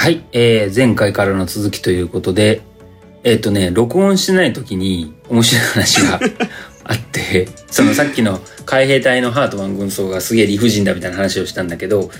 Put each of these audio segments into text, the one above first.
はい、前回からの続きということで、録音してない時に面白い話があって、そのさっきの海兵隊のハートマン軍曹がすげえ理不尽だみたいな話をしたんだけど、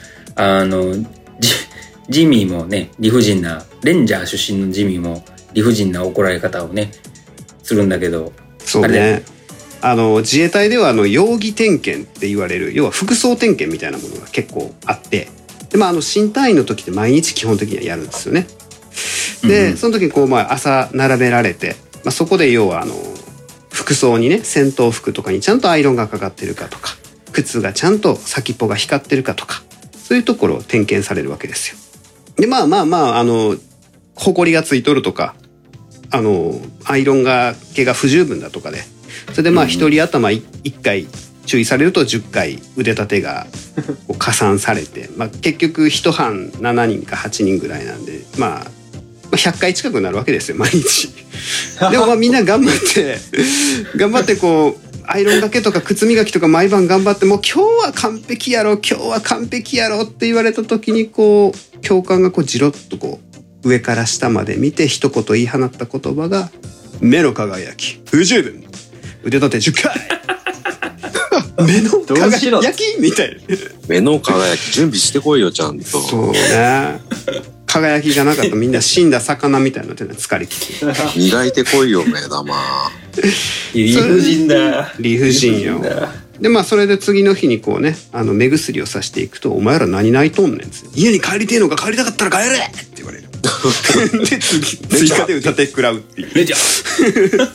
ジミーもね、理不尽な、レンジャー出身のジミーも理不尽な怒られ方をね、するんだけど、 そうね。自衛隊では容疑点検って言われる、要は服装点検みたいなものが結構あって、で新隊員の時って毎日基本的にはやるんですよね。で、その時に朝並べられて、そこで要は服装にね、戦闘服とかにちゃんとアイロンがかかってるかとか、靴がちゃんと先っぽが光ってるかとか、そういうところを点検されるわけですよ。でほこりがついとるとか、アイロンが毛が不十分だとかで、それで一人頭1回注意されると10回腕立てが加算されて、結局一班7人か8人ぐらいなんで、100回近くなるわけですよ、毎日。でもみんな頑張ってこうアイロンがけとか靴磨きとか毎晩頑張って、もう今日は完璧やろって言われた時に、こう教官がじろっとこう上から下まで見て一言言い放った言葉が、目の輝き不十分、腕立て10回目の輝きみたいな。 目の輝き準備してこいよ、ちゃんと。 そうね。輝きがなかったらみんな死んだ魚みたいな手で疲れて磨いてこいよ、目玉。 理不尽だ。 理不尽よ。でそれで次の日にこうね、目薬をさしていくと、お前ら何泣いとんねん、家に帰りてえのか、帰りたかったら帰れって言われる。で追加で歌って食らうっていう。 レンジャ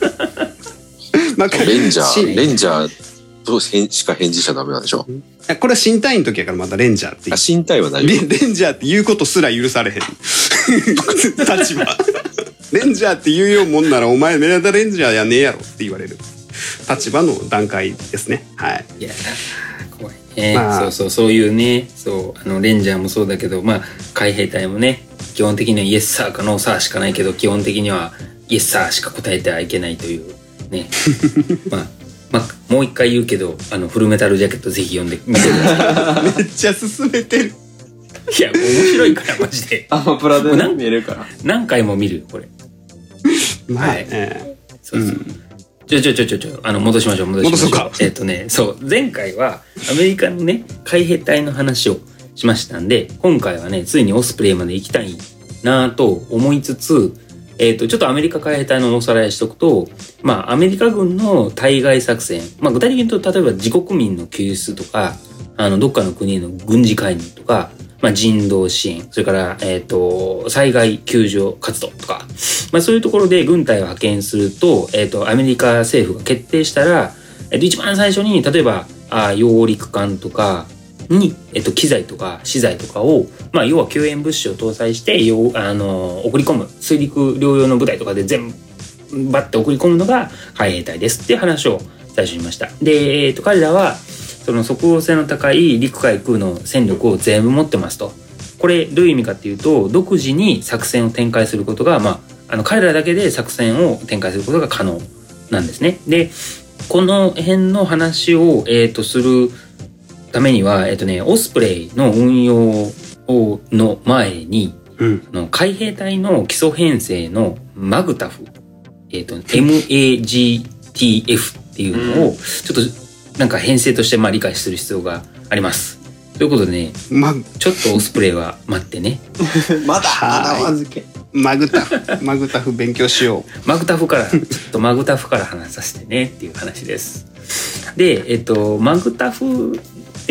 ーとしか返事しちゃダメなんでしょ。 これは新隊員の時やからまだレンジャーっていう。 新隊は大丈夫。 レンジャーって言うことすら許されへん立場。レンジャーって言うようもんなら、お前目立たレンジャーやねえやろって言われる立場の段階ですね。はい。 いや怖いね。そういうね、レンジャーもそうだけど、海兵隊もね、基本的にはイエスサーかノーサーしかないけど、基本的にはイエスサーしか答えてはいけないというね。もう一回言うけど、フルメタルジャケットぜひ読んでみてください。めっちゃ進めてる。 いや、面白いからマジで。 アマプラで見えるから。 何回も見るよこれ。はい。そう。戻しましょう。 戻そうか。 前回はアメリカのね、海兵隊の話をしましたんで、今回はね、ついにオスプレイまで行きたいなぁと思いつつ、ちょっとアメリカ海兵隊のおさらいしとくと、アメリカ軍の対外作戦、具体的に言うと、例えば自国民の救出とか、どっかの国への軍事介入とか、人道支援、それから、災害救助活動とか、そういうところで軍隊を派遣すると、アメリカ政府が決定したら、一番最初に、例えば、揚陸艦とかに、機材とか資材とかを、要は救援物資を搭載して、送り込む、水陸両用の部隊とかで全部バッて送り込むのが海兵隊ですっていう話を最初に言いました。で、彼らは、その即応性の高い陸海空の戦力を全部持ってますと。これどういう意味かっていうと、独自に作戦を展開することが、彼らだけで作戦を展開することが可能なんですね。で、この辺の話を、するためには、オスプレイの運用の前に、海兵隊の基礎編成のマグタフ、MAGTF っていうのを、ちょっとなんか編成として理解する必要があります。ということでね、ちょっとオスプレイは待ってね。 まだ預け。 マグタフ勉強しよう。 マグタフから話させてねっていう話です。で、マグタフって、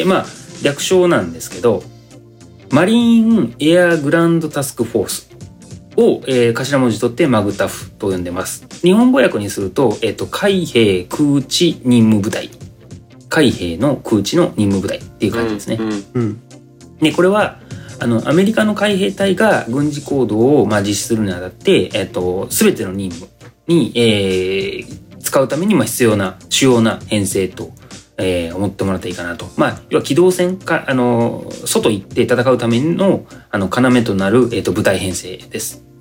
略称なんですけど、マリーンエアグランドタスクフォースを、頭文字取ってマグタフと呼んでます。日本語訳にすると、海兵空地任務部隊。海兵の空地の任務部隊っていう感じですね。で、これは、アメリカの海兵隊が軍事行動を、実施するにあたって、すべての任務に、使うために必要な主要な編成と、思ってもらったらいいかなと。要は機動戦か、外行って戦うための、要となる、部隊編成です。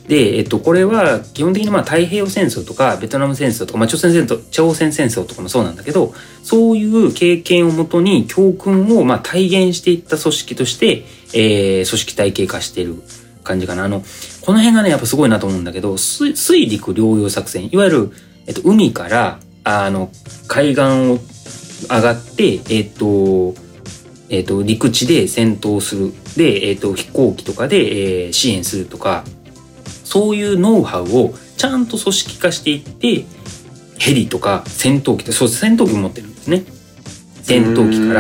で、これは基本的に太平洋戦争とかベトナム戦争とか、朝鮮戦争とかもそうなんだけど、そういう経験をもとに教訓を体現していった組織として、組織体系化している感じかな。この辺がね、やっぱすごいなと思うんだけど、水陸両用作戦、いわゆる、海から、海岸を上がって、陸地で戦闘する。で、飛行機とかで、支援するとか、そういうノウハウをちゃんと組織化していって、ヘリとか戦闘機って、そう、戦闘機も持ってるんですね。戦闘機から、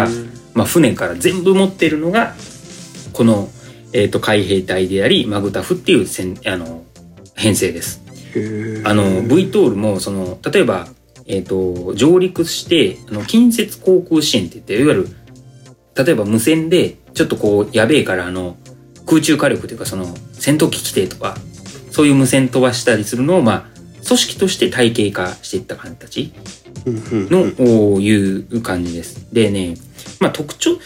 船から全部持ってるのが、この、海兵隊であり、マグタフっていう編成です。VTOL も、例えば、上陸して、近接航空支援って言って、いわゆる、例えば無線で、ちょっとこう、やべえから、空中火力というか、戦闘機規定とか、そういう無線飛ばしたりするのを、組織として体系化していった形の、いう感じです。でね、特徴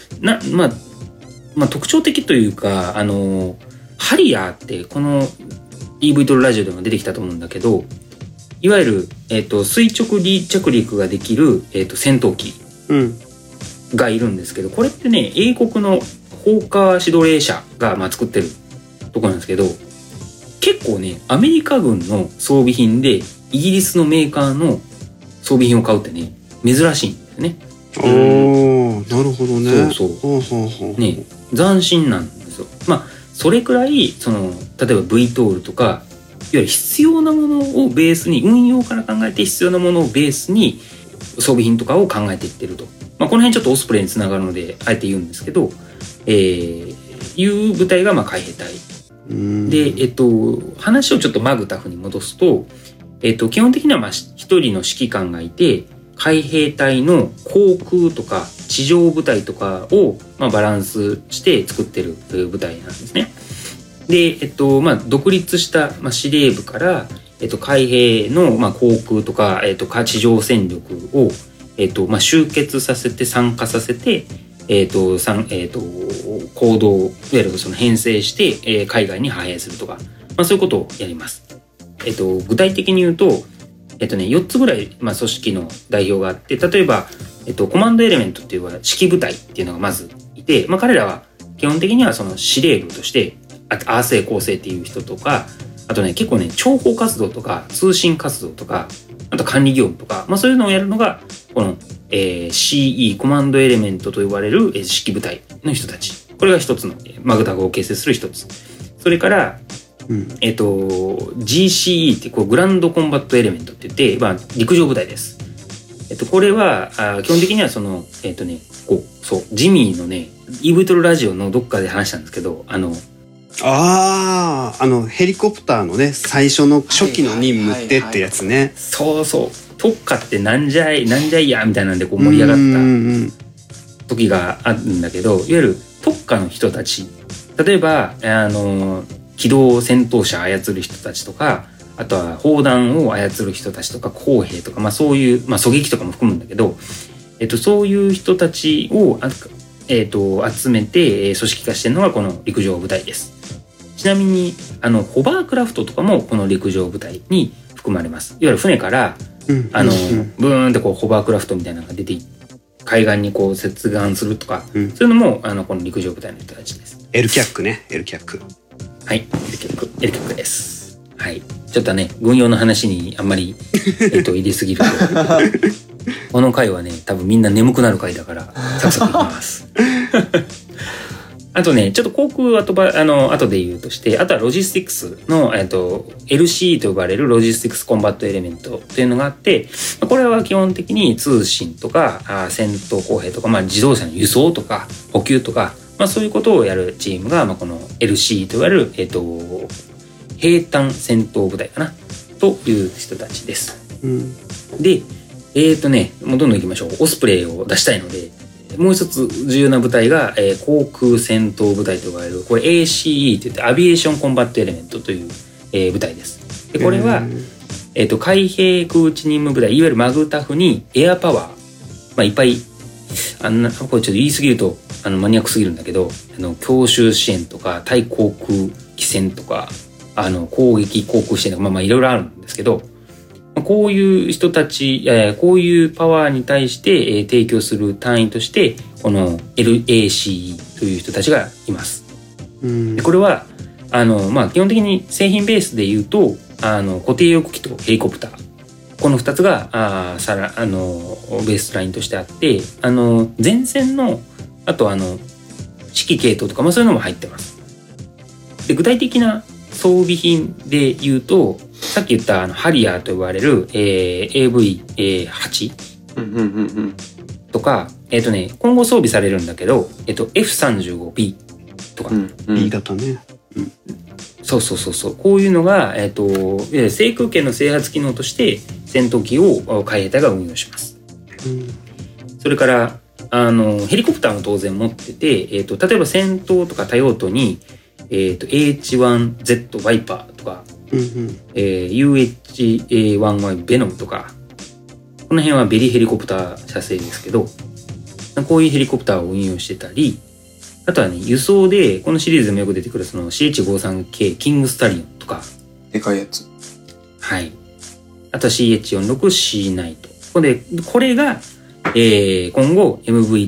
的というか、ハリアーって、この EV トルラジオでも出てきたと思うんだけど、いわゆる、垂直離着陸ができる、戦闘機がいるんですけど、これってね、英国のホーカーシドレー社が、作ってるところなんですけど、結構ね、アメリカ軍の装備品でイギリスのメーカーの装備品を買うってね、珍しいんですよね。 なるほどね。 そうね、斬新なんですよ。それくらい例えば VTOL とか、いわゆる必要なものをベースに、運用から考えて必要なものをベースに装備品とかを考えていってると。この辺ちょっとオスプレイにつながるのであえて言うんですけど、いう部隊が海兵隊で、話をちょっとマグタフに戻すと、基本的には一人の指揮官がいて、海兵隊の航空とか地上部隊とかを、バランスして作ってる部隊なんですね。で、独立した、司令部から、海兵の、航空とか、地上戦力を、集結させて参加させて、行動を、いわゆる編成して、海外に派兵するとか、そういうことをやります。具体的に言うと、4つぐらい、組織の代表があって、例えば、コマンドエレメントっていう指揮部隊っていうのがまずいて、彼らは基本的には司令部として、アーセイ構成っていう人とか、あとね、結構ね、諜報活動とか、通信活動とか、あと管理業務とか、そういうのをやるのが、この、CE、コマンドエレメントと呼ばれる指揮部隊の人たち。これが一つの、マグタフを形成する一つ。それから、GCE ってグランドコンバットエレメントって言って、陸上部隊です。これは基本的にはジミーのね、EV トルラジオのどっかで話したんですけど、 ヘリコプターのね、最初の初期の任務ってやつね。 そうそう。特化ってなんじゃいやみたいなんで盛り上がった時があるんだけど、いわゆる特化の人たち、例えば機動戦闘車を操る人たちとか、あとは砲弾を操る人たちとか、工兵とか、そういう、狙撃とかも含むんだけど、そういう人たちを集めて組織化しているのがこの陸上部隊です。ちなみにホバークラフトとかもこの陸上部隊に含まれます。いわゆる船からブーンってホバークラフトみたいなのが出て海岸に接岸するとか、そういうのもこの陸上部隊の人たちです。 エルキャックね、エルキャック。 はい、エルキャックです。はい、ちょっとね、軍用の話にあんまり入れすぎるとこの回はね、多分みんな眠くなる回だからサクサクいきます。あとね、ちょっと航空後で言うとして、あとはロジスティクスの、LC と呼ばれるロジスティクスコンバットエレメントというのがあって、これは基本的に通信とか戦闘工兵とか、自動車の輸送とか補給とか、そういうことをやるチームが、この LC と呼ばれる、兵隊戦闘部隊かなという人たちです。で、もうどんどん行きましょう。オスプレイを出したいので、もう一つ重要な部隊が、航空戦闘部隊と呼ばれる、これ ACE といってアビエーションコンバットエレメントという、部隊です。でこれは、海兵空地任務部隊、いわゆるマグタフにエアパワー、いっぱい、これちょっと言い過ぎるとマニアックすぎるんだけど、強襲支援とか対航空機戦とか、 攻撃航空支援とか、まあいろいろあるんですけど、こういう人たち、こういうパワーに対して、提供する単位として、この LACE という人たちがいます。でこれは、まあ基本的に製品ベースで言うと、固定翼機とヘリコプター。この2つが、ベースラインとしてあって、前線の、あと指揮系統とか、まあそういうのも入ってます。で、具体的な装備品で言うと、さっき言ったハリアーと呼ばれる、AV8 とか、今後装備されるんだけど、F35B とか。 B 型ね。 そう。こういうのが、制空権の制圧機能として戦闘機を海兵隊が運用します。それから、ヘリコプターも当然持ってて、例えば戦闘とか多用途に、H1Z ワイパーとか、UH-1Y ベノムとか、この辺はベリーヘリコプター社製ですけど、こういうヘリコプターを運用してたり、あとはね、輸送で、このシリーズでもよく出てくるその CH53K キングスタリオンとか。 でかいやつ。 はい。あとは CH46C ナイト。これが、今後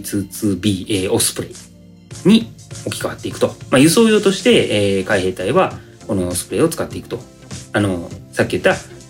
MV22B、オスプレイに置き換わっていくと。まあ、輸送用として、海兵隊はこのオスプレイを使っていくと。さっき言った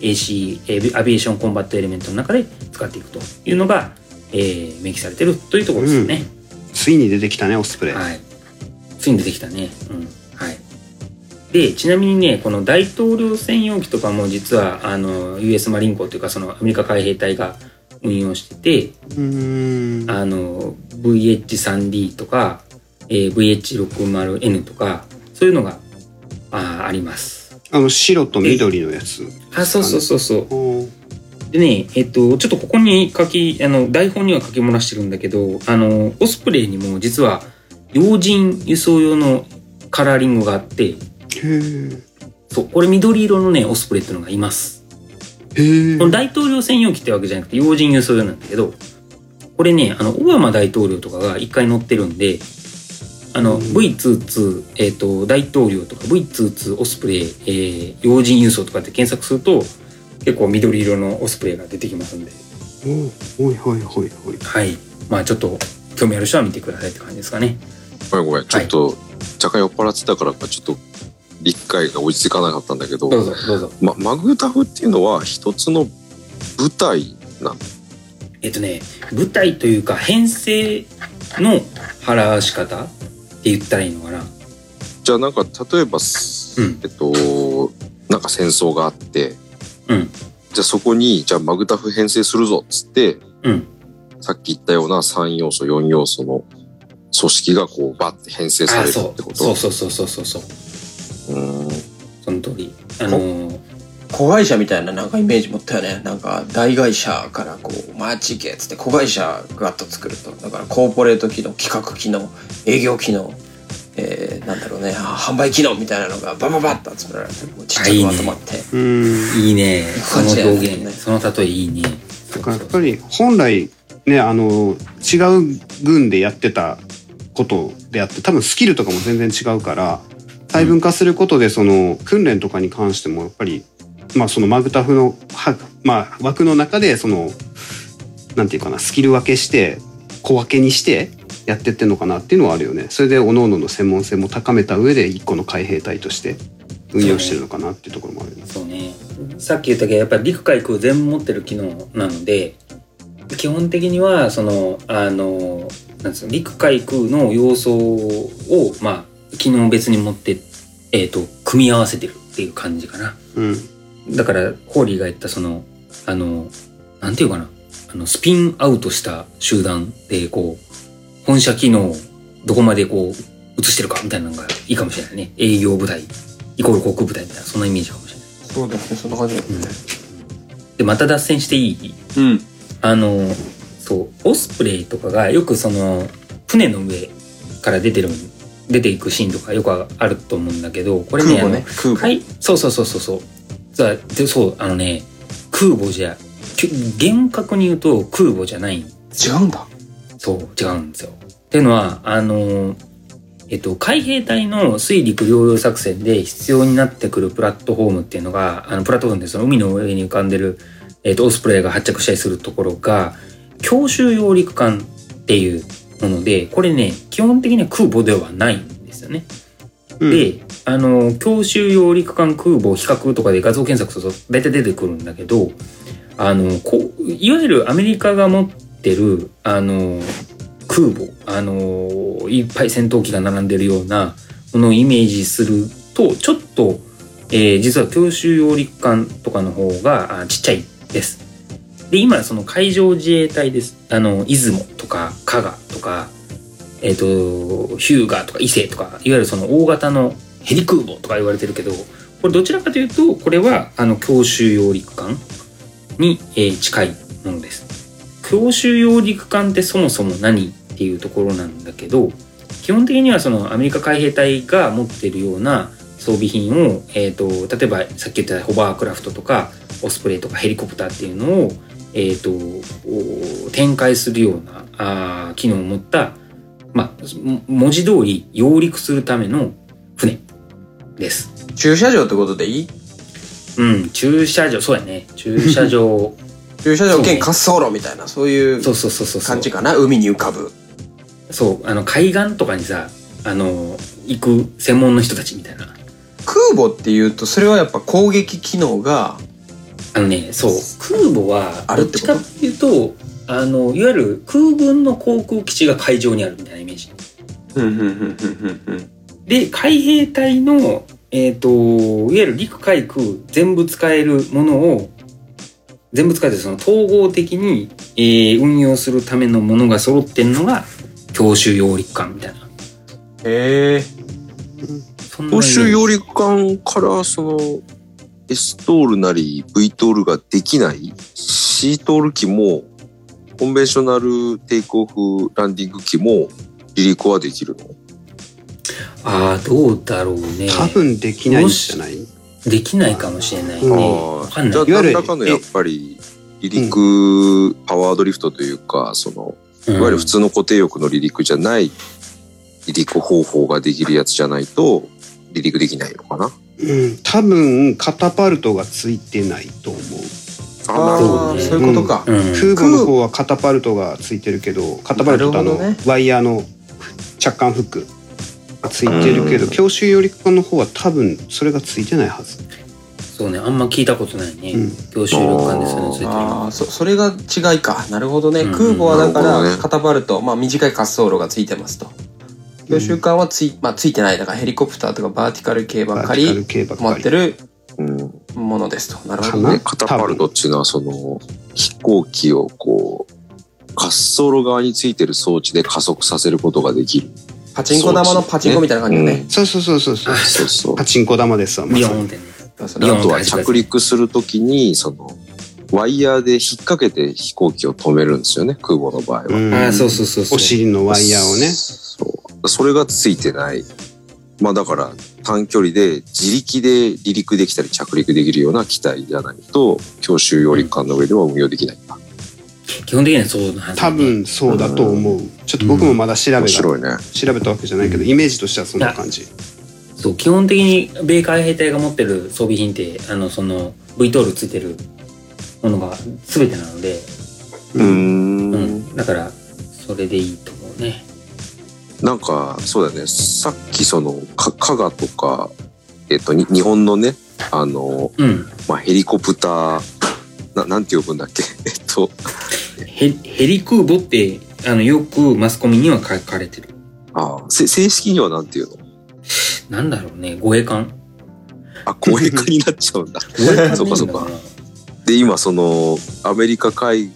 AC、アビエーションコンバットエレメントの中で使っていくというのが、明記されているというところですね。 ついに出てきたね、オスプレイ。 はい。ついに出てきたね。はい。で、ちなみにね、この大統領専用機とかも実は、US マリンコというか、そのアメリカ海兵隊が運用してて、VH3D とか、VH60N とか、そういうのが、あります。 白と緑のやつ。 そう。でね、ちょっとここに台本には書き漏らしてるんだけど、オスプレイにも実は、要人輸送用のカラーリングがあって、そう、これ緑色のね、オスプレイっていうのがいます。この大統領専用機ってわけじゃなくて、要人輸送用なんだけど、これね、オバマ大統領とかが一回乗ってるんで、V22、大統領とか V22 オスプレイ、要人輸送とかって検索すると、結構緑色のオスプレイが出てきますんで。はい。まあちょっと興味ある人は見てくださいって感じですかね。 ごめん。ちょっと若干酔っ払ってたからかちょっと理解が追いつかなかったんだけど。 どうぞ。 マグダフっていうのは一つの部隊なの？ 部隊というか編成の払わし方って言ったらいいのかな。 じゃあなんか例えば、なんか戦争があって、じゃあそこにじゃあマグダフ編成するぞっつって、さっき言ったような3要素4要素の組織がこうバッて編成されるってこと？そう。 その通り。 子会社みたいななんかイメージ持ったよね。なんか大会社からこうマーチ行けっつって子会社ガッと作ると、だからコーポレート機能、企画機能、営業機能、なんだろうね、販売機能みたいなのがバババッと集められて、もうちっちゃくまとまって、 いいね。その表現、その例えいいね。 だからやっぱり本来ね、違う軍でやってたことであって、多分スキルとかも全然違うから、細分化することでその訓練とかに関してもやっぱり、まあそのマグタフの枠の中でそのなんていうかな、スキル分けして小分けにしてやってってんのかなっていうのはあるよね。それで各々の専門性も高めた上で一個の海兵隊として運用してるのかなっていうところもあるよね。 そうね。さっき言ったけどやっぱり陸海空全部持ってる機能なので、基本的にはそのなんですか、陸海空の要素をまあ機能別に持って組み合わせてるっていう感じかな。だからホーリーが言ったそのなんていうかな、スピンアウトした集団でこう本社機能をどこまでこう移してるかみたいなのがいいかもしれないね。営業部隊イコール航空部隊みたいな、そんなイメージかもしれない。 そうですね、そんな感じだね。 でまた脱線していい？そうオスプレイとかがよくその船の上から出ていくシーンとかよくあると思うんだけど、これね、そう空母じゃ厳格に言うと空母じゃないんですよ。 違うんだ。 そう違うんですよ。っていうのは海兵隊の水陸両用作戦で必要になってくるプラットフォームっていうのが、プラットフォームでその海の上に浮かんでる、オスプレイが発着したりするところが、強襲揚陸艦っていうもので、これね、基本的には空母ではないんですよね。で、強襲揚陸艦空母比較とかで画像検索すると大体出てくるんだけど、いわゆるアメリカが持ってる、空母、いっぱい戦闘機が並んでるようなものをイメージすると、ちょっと、実は強襲揚陸艦とかの方がちっちゃいです。で、今、その海上自衛隊です。出雲とか、加賀とか、日向とか伊勢とか、いわゆるその大型のヘリ空母とか言われてるけど、これどちらかというと、これは、強襲揚陸艦に、近いものです。強襲揚陸艦ってそもそも何っていうところなんだけど、基本的にはそのアメリカ海兵隊が持っているような装備品を、例えばさっき言ったホバークラフトとかオスプレイとかヘリコプターっていうのを、展開するような機能を持った、文字通り揚陸するための船です。 駐車場ってことでいい？ うん、駐車場、そうやね。駐車場駐車場兼滑走路みたいな、そういう感じかな。海に浮かぶ。 そう、海岸とかにさ、行く専門の人たちみたいな。 空母っていうと、それはやっぱ攻撃機能がそう、空母はどっちかっていうと、いわゆる空軍の航空基地が海上にあるみたいなイメージ。で、海兵隊のいわゆる陸海空全部使えるものを全部使えて、その統合的に、運用するためのものが揃ってんのが強襲揚陸艦みたいな。 強襲揚陸艦からその S トールなり V トールができない C トール機もコンベンショナルテイクオフランディング機も離陸はできるの？ どうだろうね。 多分できないんじゃない？ できないかもしれないね。わかんない。 じゃあ何らかのやっぱり離陸パワードリフトというか、そのいわゆる普通の固定翼の離陸じゃない離陸方法ができるやつじゃないと離陸できないのかな。 多分カタパルトがついてないと思う。 そういうことか。 空母の方はカタパルトがついてるけど、カタパルトとワイヤーの着艦フックがついてるけど、強襲揚陸艦の方は多分それがついてないはず。 そうね、あんま聞いたことないね。強襲揚陸艦でそれついてる。 それが違いか。なるほどね。空母はだからカタパルト、短い滑走路がついてますと。強襲艦はついてない。だからヘリコプターとかバーティカル系ばっかり持ってるものですと。なるほどね。 カタパルトっていうのはその飛行機をこう滑走路側についてる装置で加速させることができる。 パチンコ玉のパチンコみたいな感じだね。 そう。パチンコ玉ですわ。 ビヨーンってね。 あとは着陸するときにそのワイヤーで引っ掛けて飛行機を止めるんですよね、空母の場合は。 そう。 お尻のワイヤーをね。 それがついてない。だから短距離で自力で離陸できたり着陸できるような機体じゃないと強襲揚陸艦の上では運用できないんだ。 基本的にはそうなんですね。 多分そうだと思う。ちょっと僕もまだ調べたわけじゃないけど、イメージとしてはそんな感じ。 そう、基本的に米海兵隊が持ってる装備品ってその V トールついてるものが全てなので、だからそれでいいと思うね。 なんかそうだね、さっきその加賀とか日本のねヘリコプターなんて呼ぶんだっけヘリ空母ってよくマスコミには書かれてる。 正式にはなんていうの？ なんだろうね、護衛艦。 護衛艦になっちゃうんだ。そうか。で今そのアメリカ海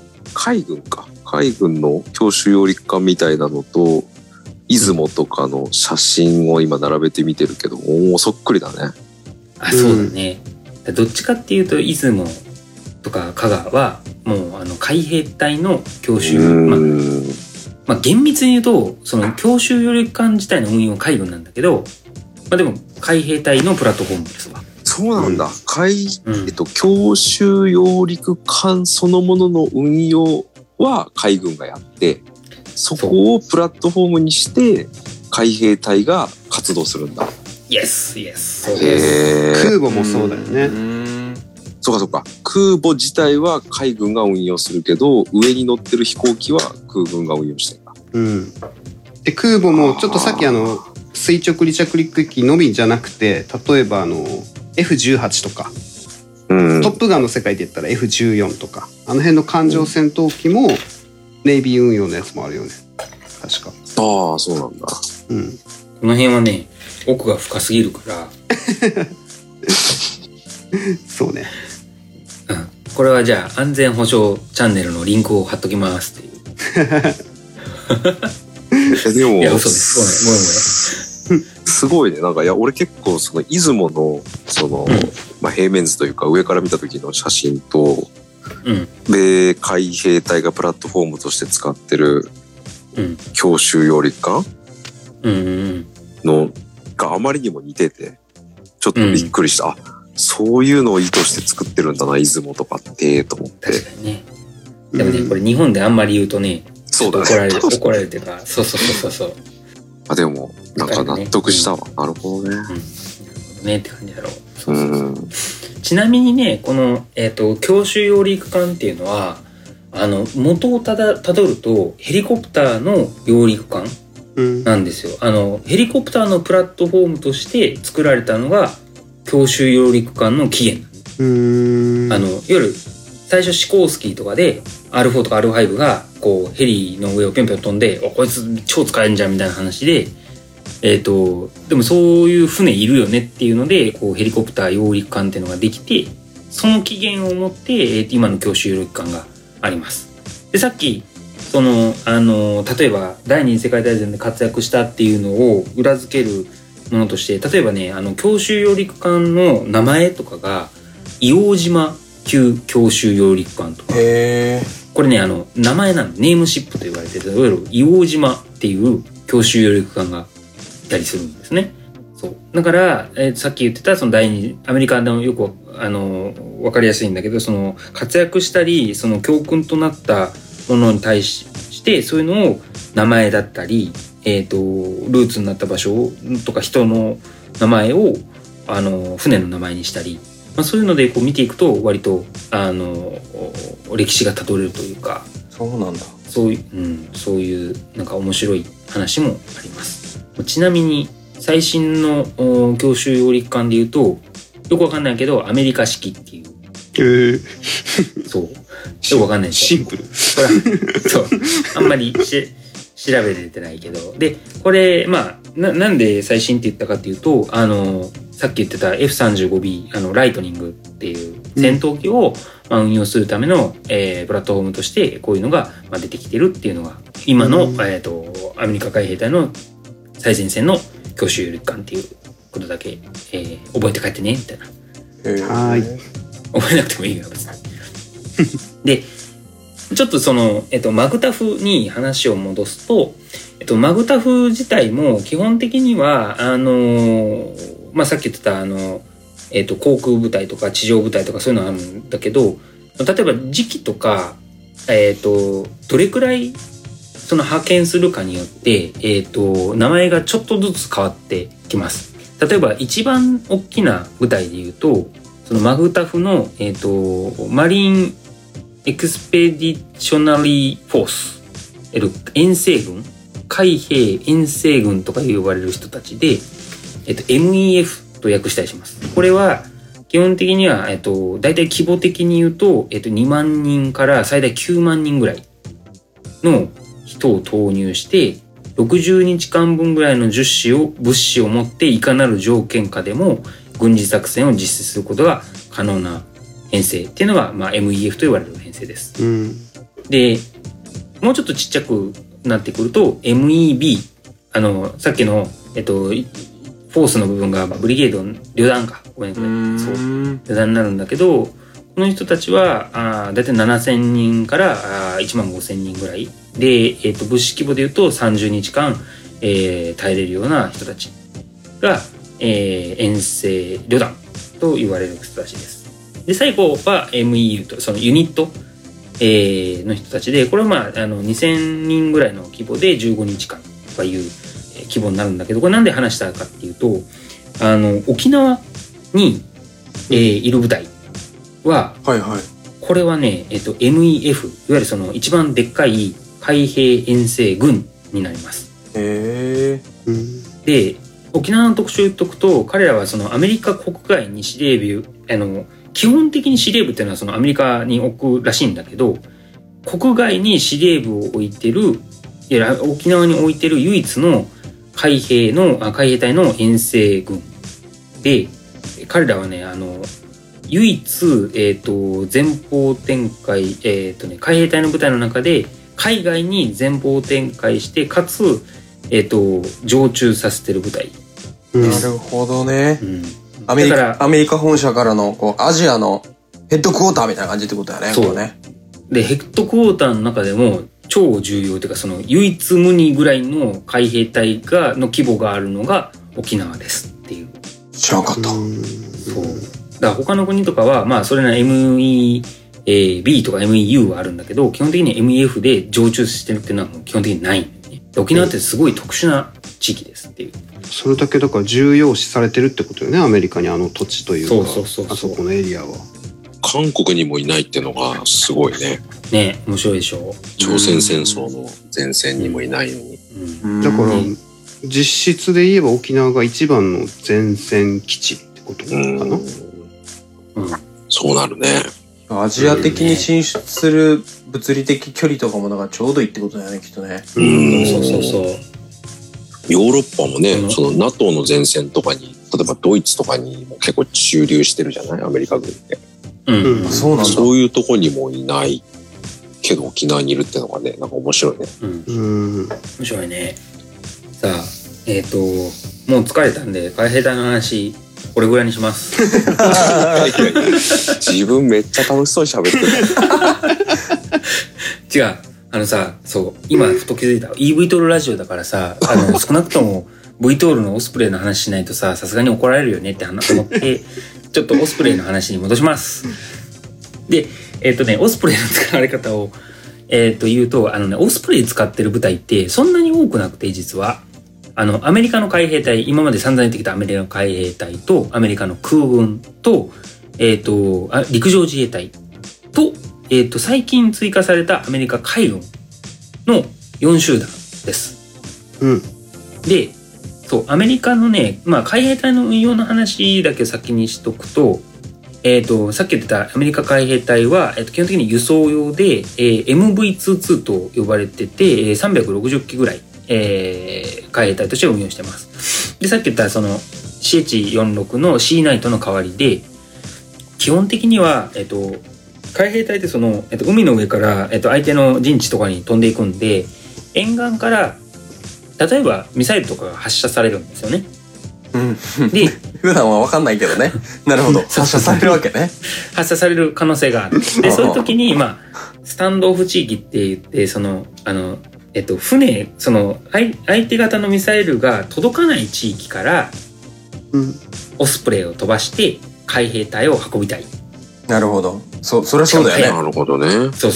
軍の強襲揚陸艦みたいなのと出雲とかの写真を今並べてみてるけど、そっくりだね。 そうだね。どっちかっていうと出雲とか加賀はもう海兵隊の強襲、厳密に言うとその強襲揚陸艦自体の運用は海軍なんだけど、でも海兵隊のプラットフォームですわ。 そうなんだ。強襲揚陸艦そのものの運用は海軍がやって、そこをプラットフォームにして海兵隊が活動するんだ。 イエスイエス。そうです。 空母もそうだよね。 そうかそうか。空母自体は海軍が運用するけど、上に乗ってる飛行機は空軍が運用してるんだ。 うん。で空母もちょっとさっき垂直離着陸機のみじゃなくて、例えばF18 とか、 うん、 トップガンの世界で言ったら F14 とか、あの辺の艦上戦闘機もネイビー運用のやつもあるよね。確か。 ああ、そうなんだ。 うん。 この辺はね、奥が深すぎるから。 そうね。 うん。これはじゃあ安全保障チャンネルのリンクを貼っときますっていう。 でも、 いや、嘘です。ごめん。 すごいね。なんか、いや、俺結構、その、出雲の、まあ、平面図というか、上から見た時の写真と、で、海兵隊がプラットフォームとして使ってる、強襲揚陸艦の、があまりにも似てて、ちょっとびっくりした。あ、そういうのを意図して作ってるんだな、出雲とかって、と思って。 確かにね。でもね、これ日本であんまり言うとね、 そうだね。 怒られるっていうか、そう。 あ、でも、なんか納得したわ。なるほどね。 なるほどねって感じだろう。そう。ちなみにね、この、強襲揚陸艦っていうのは、元をたどると、ヘリコプターの揚陸艦なんですよ。ヘリコプターのプラットフォームとして作られたのが、強襲揚陸艦の起源。いわゆる、最初シコースキーとかで R4 とか R5 がこうヘリの上をぴょんぴょん飛んでこいつ超使えんじゃんみたいな話ででもそういう船いるよねっていうのでこうヘリコプター揚陸艦っていうのができてその起源を持って今の強襲揚陸艦があります。でさっき例えば第二次世界大戦で活躍したっていうのを裏付けるものとして例えばね強襲揚陸艦の名前とかが硫黄島旧強襲揚陸艦とかこれね名前なのネームシップと言われてていわゆる硫黄島っていう強襲揚陸艦がいたりするんですね。そうだから、さっき言ってたその第二アメリカでもよく分かりやすいんだけどその活躍したりその教訓となったものに対してそういうのを名前だったり、ルーツになった場所とか人の名前を船の名前にしたり。そういうのでこう見ていくと割と歴史がたどれるというかそうなんだそういうなんか面白い話もあります。ちなみに最新の強襲揚陸艦でいうとよくわかんないけどアメリカ式っていうそうよくわかんないシンプルこれそうあんまり調べれてないけどでこれなんで最新って言ったかっていうとさっき言ってた F35B ライトニングっていう戦闘機を運用するための、プラットフォームとしてこういうのが出てきてるっていうのが今の、アメリカ海兵隊の最前線の強襲揚陸艦っていうことだけ、覚えて帰ってねみたいな。 はい覚えなくてもいいよ別に。でちょっとマグタフに話を戻すと、マグタフ自体も基本的にはさっき言ってた航空部隊とか地上部隊とかそういうのあるんだけど例えば時期とかどれくらいその派遣するかによって名前がちょっとずつ変わってきます。例えば一番大きな部隊でいうとそのマグタフのマリンエクスペディショナリーフォース遠征軍海兵遠征軍とか呼ばれる人たちでMEF と訳したりします。これは基本的には、だいたい規模的に言うと、2万人から最大9万人ぐらいの人を投入して、60日間分ぐらいの物資を持っていかなる条件下でも軍事作戦を実施することが可能な編成っていうのが、MEF と言われる編成です。で、もうちょっとちっちゃくなってくると MEB さっきのフォースの部分がブリゲード旅団かごめんそう旅団になるんだけどこの人たちはだいたい7000人から1万5000人ぐらいで、物資規模でいうと30日間、耐えれるような人たちが、遠征旅団と言われる人たちです。で最後は MEU とそのユニットの人たちでこれは2000人ぐらいの規模で15日間とかいう規模になるんだけど、これなんで話したかっていうと、沖縄に、いる部隊は、 はいはい。 これはね、MEF、いわゆるその一番でっかい海兵遠征軍になります。 へー。 で、沖縄の特集を言っとくと、彼らはそのアメリカ国外に司令部、基本的に司令部っていうのはそのアメリカに置くらしいんだけど、国外に司令部を置いてる、いや沖縄に置いてる唯一の海兵隊の遠征軍で、彼らはね、唯一、前方展開、海兵隊の部隊の中で海外に前方展開して、かつ、常駐させてる部隊です。 なるほどね。 うん、 アメリカ本社からのこうアジアのヘッドクォーターみたいな感じってことだよね。 そうね。で、ヘッドクォーターの中でも超重要というか、その唯一無二ぐらいの海兵隊の規模があるのが沖縄ですっていう。 知らんかった。そう。 だから他の国とかは、まあそれな MEB とか MEU はあるんだけど、基本的に MEF で常駐してるっていうのはもう基本的にないんだよね。沖縄ってすごい特殊な地域ですっていう。 それだけだから重要視されてるってことよね、アメリカに土地というか。 そうあそこのエリアは。 韓国にもいないっていうのがすごいね。 ね、面白いでしょ。 朝鮮戦争の前線にもいないのに。 だから実質で言えば沖縄が一番の前線基地ってことなのかな。 そうなるね。 アジア的に進出する物理的距離とかもなんかちょうどいいってことだよね、きっとね。 そう。 ヨーロッパもね、その NATO の前線とかに、例えばドイツとかにも結構駐留してるじゃない、アメリカ軍って。 そうなんだ。 そういうとこにもいないけど沖縄にいるってのがね、なんか面白いね。 面白いね。さあ、もう疲れたんで海兵隊の話これぐらいにします。 自分めっちゃ楽しそうに喋ってる。 違う、そう今ふと気づいた、 EVTOL ラジオだからさ、少なくとも VTOL のオスプレイの話しないとさすがに怒られるよねって思ってちょっとオスプレイの話に戻します。で、オスプレイの使われ方を言うと、オスプレイ使ってる部隊ってそんなに多くなくて、実はアメリカの海兵隊、今まで散々言ってきたアメリカの海兵隊とアメリカの空軍と陸上自衛隊と最近追加されたアメリカ海軍の4集団です。で、そう、アメリカのね、まあ海兵隊の運用の話だけ先にしとくと、さっき言ってたアメリカ海兵隊は、基本的に輸送用で、MV22 と呼ばれてて、360機ぐらい、海兵隊として運用してます。で、さっき言ったその CH46 の C ナイトの代わりで、基本的には、海兵隊ってその、海の上から、相手の陣地とかに飛んでいくんで、沿岸から例えばミサイルとかが発射されるんですよね。で普段は分かんないけどね。なるほど。発射されるわけね。 発射される可能性がある。でそういう時にまあスタンドオフ地域って言って、その船、その相手方のミサイルが届かない地域から、オスプレイを飛ばして海兵隊を運びたい。 なるほど。そりゃそうだよね。 なるほどね。 そう。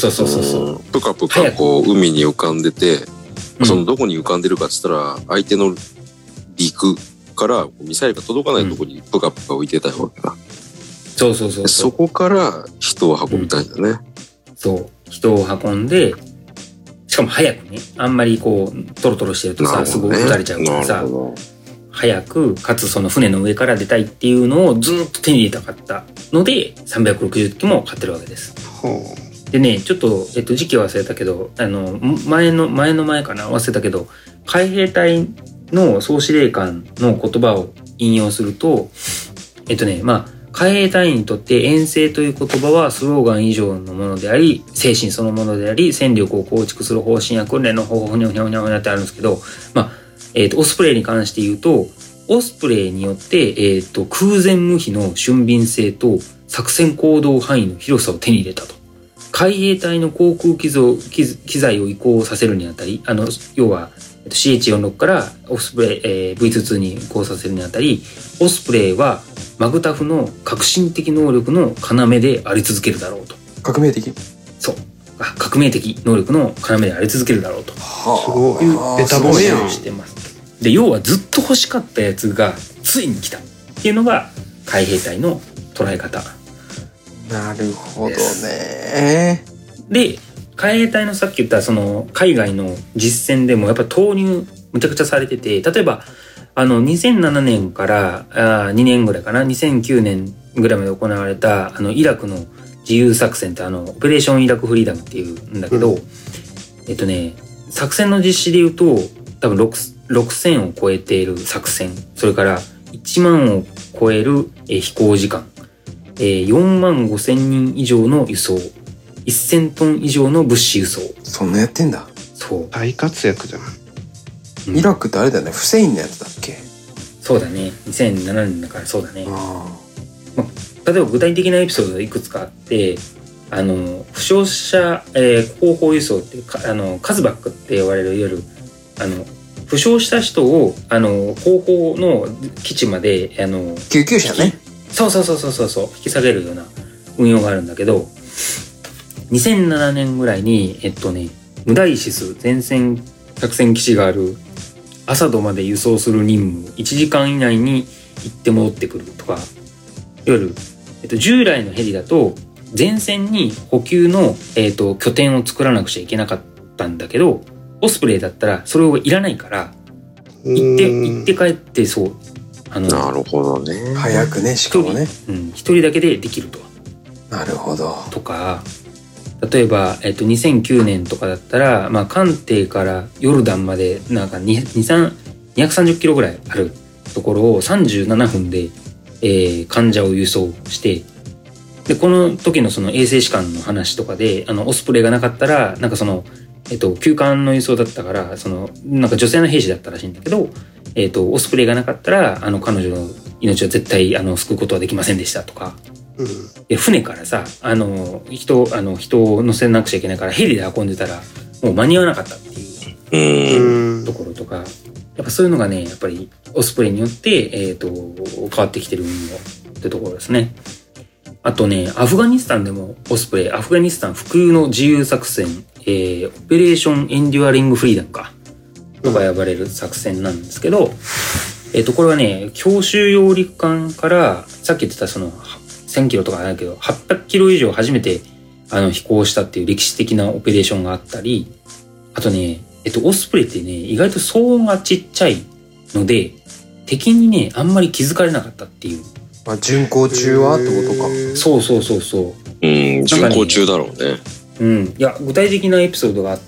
ぷかぷかこう海に浮かんでて、そのどこに浮かんでるかっつったら、相手の陸からミサイルが届かないところにぷかぷか浮いてたわけだ。 そう。 そこから人を運びたいんだね。 そう、人を運んで、しかも早くね、あんまりこうトロトロしてるとさ、すぐ撃たれちゃうからさ、早くかつその船の上から出たいっていうのをずっと手に入れたかったので360機も買ってるわけです。でね、ちょっと、時期忘れたけど、前の前かな、忘れたけど、海兵隊の総司令官の言葉を引用すると、まあ、海兵隊員にとって遠征という言葉はスローガン以上のものであり、精神そのものであり、戦力を構築する方針や訓練の方法、ほにゃほにゃほにゃほにゃってあるんですけど、まあ、オスプレイに関して言うと、オスプレイによって、空前無比の俊敏性と作戦行動範囲の広さを手に入れたと。海兵隊の航空機材を移行させるにあたり、要は CH46 からオスプレイ、V22 に移行させるにあたり、オスプレイはマグタフの革新的能力の要であり続けるだろうと。 革命的？ そう。革命的能力の要であり続けるだろうと。 すごい。ベタ褒めやん。 してます。 で要はずっと欲しかったやつがついに来たっていうのが海兵隊の捉え方。 なるほどね。 で海兵隊のさっき言ったその海外の実戦でもやっぱ投入むちゃくちゃされてて、例えば2007年から2年ぐらいかな、2009年ぐらいまで行われたイラクの自由作戦ってオペレーションイラクフリーダムっていうんだけど、作戦の実施で言うと多分6000を超えている作戦、それから1万を超える飛行時間、4万5千人以上の輸送、1000トン以上の物資輸送。 そんなやってんだ。 そう。 大活躍じゃん。 イラクってあれだよね、フセインのやつだっけ？ そうだね。2007年だからそうだね。例えば具体的なエピソードがいくつかあって、負傷者、後方輸送っていうか、カズバックって呼ばれるいわゆる負傷した人を後方の基地まで救急車ね。 そう引き下げるような運用があるんだけど、2007年ぐらいにムダイシス前線作戦基地があるアサドまで輸送する任務1時間以内に行って戻ってくるとか、いわゆる、従来のヘリだと前線に補給の、拠点を作らなくちゃいけなかったんだけど、オスプレイだったらそれをいらないから行って帰って、そうなるほどね。 早くね、しかもね、 一人だけでできると。 なるほど。 とか、例えば、2009年とかだったら、艦艇からヨルダンまでなんか230キロぐらいあるところを37分で、患者を輸送して、でこの時のその衛生士官の話とかでオスプレイがなかったらなんかその急患の輸送だったから、なんか女性の兵士だったらしいんだけど、オスプレイがなかったら彼女の命は絶対救うことはできませんでしたとか、で船からさ人を乗せなくちゃいけないからヘリで運んでたらもう間に合わなかったっていうところとか、やっぱそういうのがね、やっぱりオスプレイによって、変わってきてる運用ってところですね。あとね、アフガニスタンでもオスプレイ、アフガニスタン普及の自由作戦、オペレーションエンデュアリングフリーダムかとか呼ばれる作戦なんですけど、これはね、強襲揚陸艦からさっき言ってたその1000キロとかないけど800キロ以上初めて飛行したっていう歴史的なオペレーションがあったり、あとね、オスプレイってね、意外と騒音がちっちゃいので敵にねあんまり気づかれなかったっていう。 巡航中はってことか。 そう巡航中だろうね。 いや具体的なエピソードがあって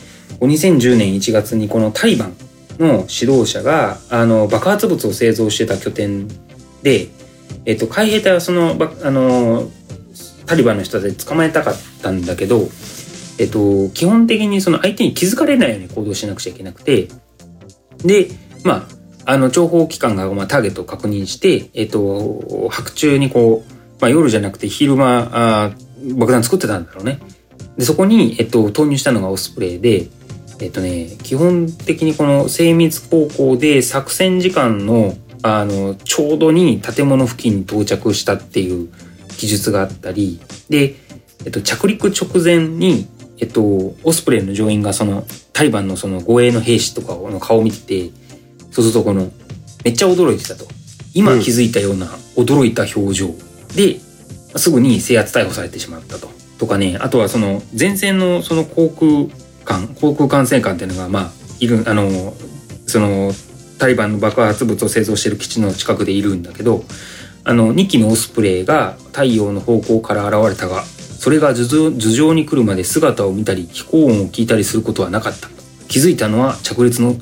、2010年1月にこのタリバンの指導者が爆発物を製造してた拠点で、海兵隊はそのタリバンの人たち捕まえたかったんだけど、基本的にその相手に気づかれないように行動しなくちゃいけなくて、で諜報機関がターゲットを確認して、白昼に夜じゃなくて昼間爆弾作ってたんだろうね。でそこに、投入したのがオスプレイで、基本的にこの精密航行で作戦時間のちょうどに建物付近に到着したっていう記述があったりで、着陸直前にオスプレイの乗員がそのタリバンのその護衛の兵士とかの顔を見てて、そうするとめっちゃ驚いてたと、今気づいたような驚いた表情ですぐに制圧逮捕されてしまったとかね。あとはその前線のその航空管制官っていうのがいるそのタリバンの爆発物を製造している基地の近くでいるんだけど、2機のオスプレイが太陽の方向から現れたが、それが頭上に来るまで姿を見たり飛行音を聞いたりすることはなかった。気づいたのは着陸の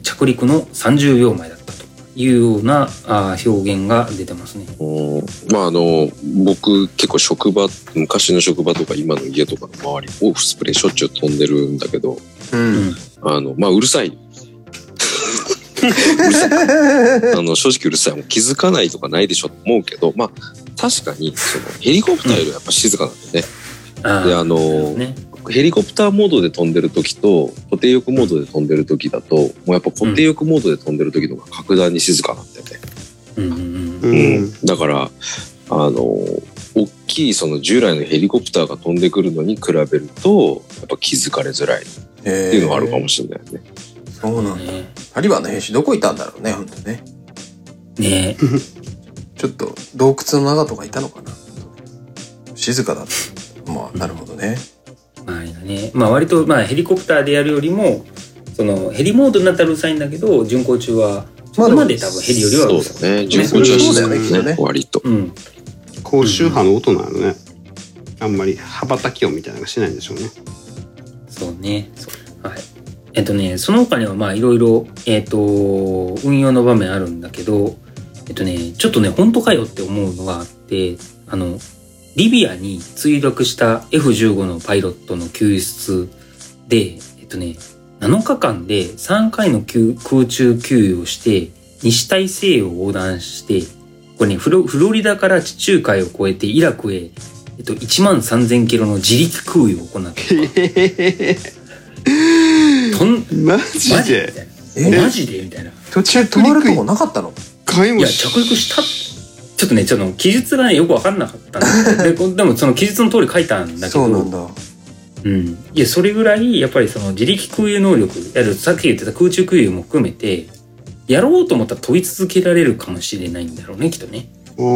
30秒前だったというような表現が出てますね。 僕結構昔の職場とか今の家とかの周りオスプレイしょっちゅう飛んでるんだけど、うるさい。正直うるさい。もう気づかないとかないでしょと思うけど、確かにそのヘリコプターよりやっぱ静かなんだよね。でヘリコプターモードで飛んでる時と固定翼モードで飛んでる時だと、もうやっぱ固定翼モードで飛んでる時の方が格段に静かなんだよね。だから大きいその従来のヘリコプターが飛んでくるのに比べるとやっぱ気づかれづらいっていうのがあるかもしれないよね。 そうなんだ。タリバンの兵士どこいたんだろうね、本当ね。 ねちょっと洞窟の中とかいたのかな。静かだった。まあなるほどね。 まあ割とまあヘリコプターでやるよりもそのヘリモードになったらうるさいんだけど巡航中はそこまで多分ヘリよりはうるさい。 そうだね。巡航中はそうだよね、きっとね。割と。 高周波の音なのね。あんまり羽ばたき音みたいなのがしないんでしょうね。 そうね。はい。その他にはまあいろいろ運用の場面あるんだけど、ちょっとね本当かよって思うのがあって、リビアに墜落した F15 のパイロットの救出で、7日間で3回の空中給油をして西大西洋を横断して、これねフロリダから地中海を越えてイラクへ1万3000キロの自力空輸を行った。 マジでマジでみたいな。 途中止まるとこなかったの？ いや着陸した。ちょっとね記述がねよく分かんなかったんででもその記述の通り書いたんだけど。 そうなんだ。 いやそれぐらいやっぱりその自力空輸能力さっき言ってた空中空輸も含めてやろうと思ったら飛び続けられるかもしれないんだろうねきっとね。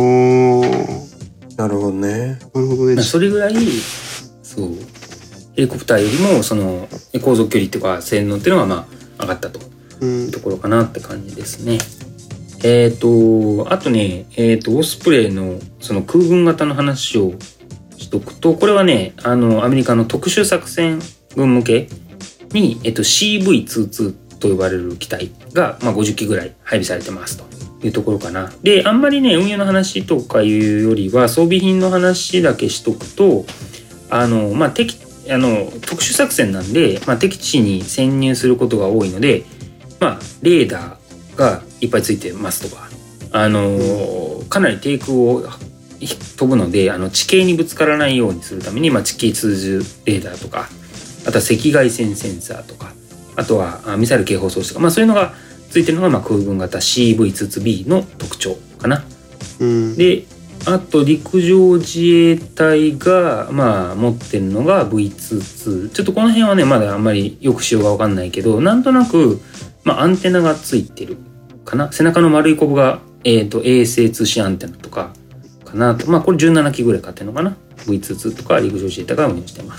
なるほどね。 それぐらいそうヘリコプターよりもその航続距離っていうか性能っていうのがまあ上がったというところかなって感じですね。あとねオスプレイのその空軍型の話をしとくと、これはねアメリカの特殊作戦軍向けに、CV22 と呼ばれる機体が、まあ、50機ぐらい配備されてますというところかな。であんまりね運用の話とかいうよりは装備品の話だけしとくとまあ特殊作戦なんで、まあ、敵地に潜入することが多いので、まあ、レーダーがいっぱいついてますとかかなり低空を飛ぶので地形にぶつからないようにするために、まあ、地形通じレーダーとかあとは赤外線センサーとかあとはミサイル警報装置とか、まあ、そういうのがついてるのが、まあ、空軍型 CV22B の特徴かな。であと陸上自衛隊が、まあ、持ってるのが V22。ちょっとこの辺はねまだあんまりよく仕様が分かんないけどなんとなく、まあ、アンテナがついてるかな。背中の丸いコブが、衛星通信アンテナとかかなと。まあこれ17機ぐらい買ってるのかな。 V22 とか陸上自衛隊が運用してます。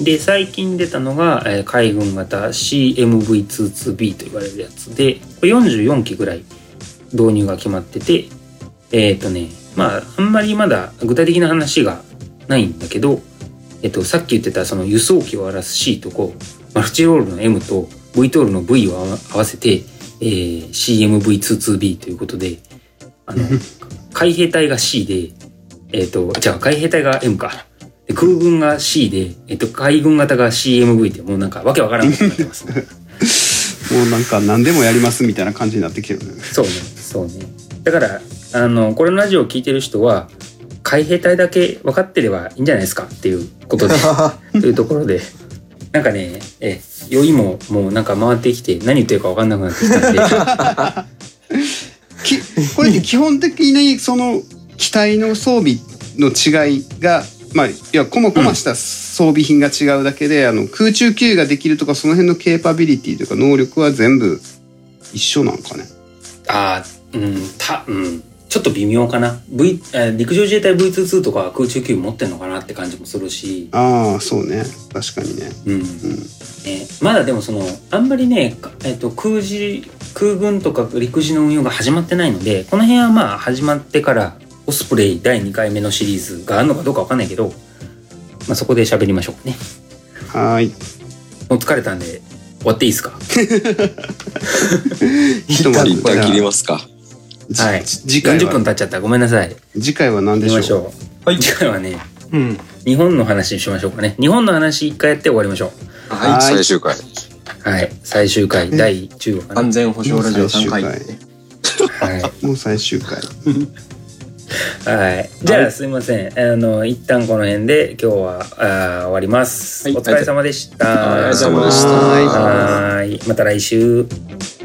で最近出たのが、海軍型 CMV22B と言われるやつでこれ44機ぐらい導入が決まっててまああんまりまだ具体的な話がないんだけど、さっき言ってたその輸送機を表す C とこうマルチロールの M と V トールの V を合わせて、CMV22B ということで海兵隊が C で海兵隊が M かで空軍が C で、海軍型が CMV ってもうなんかわけわからなくなってますねもうなんか何でもやりますみたいな感じになってきてるね。 そうねだからこれのラジオを聞いてる人は海兵隊だけ分かってればいいんじゃないですかっていうことでというところでなんかね酔いももうなんか回ってきて何言ってるか分かんなくなってきたんでこれって基本的にその機体の装備の違いがまあいやこました装備品が違うだけで、空中給油ができるとかその辺のケーパビリティというか能力は全部一緒なんかね。 ちょっと微妙かな。陸上自衛隊 V22 とか空中給油持ってんのかなって感じもするし。 そうね確かにね。 まだでもあんまりね、空軍とか陸自の運用が始まってないのでこの辺はまあ始まってからオスプレイ第2回目のシリーズがあるのかどうか分かんないけど、まあ、そこで喋りましょうね。 はい。 もう疲れたんで終わっていいですか一旦切りますか。 はい。 次回は 40分経っちゃったごめんなさい。 次回は何でしょう。 はい、次回はね、日本の話にしましょうかね。日本の話1回やって終わりましょう。はい、最終回。 はい、最終回第10話かな。 安全保障ラジオ3回。 はい。もう最終回。 はい。じゃあすいません。一旦この辺で今日は終わります。お疲れ様でした。 お疲れ様でした。 はい。また来週。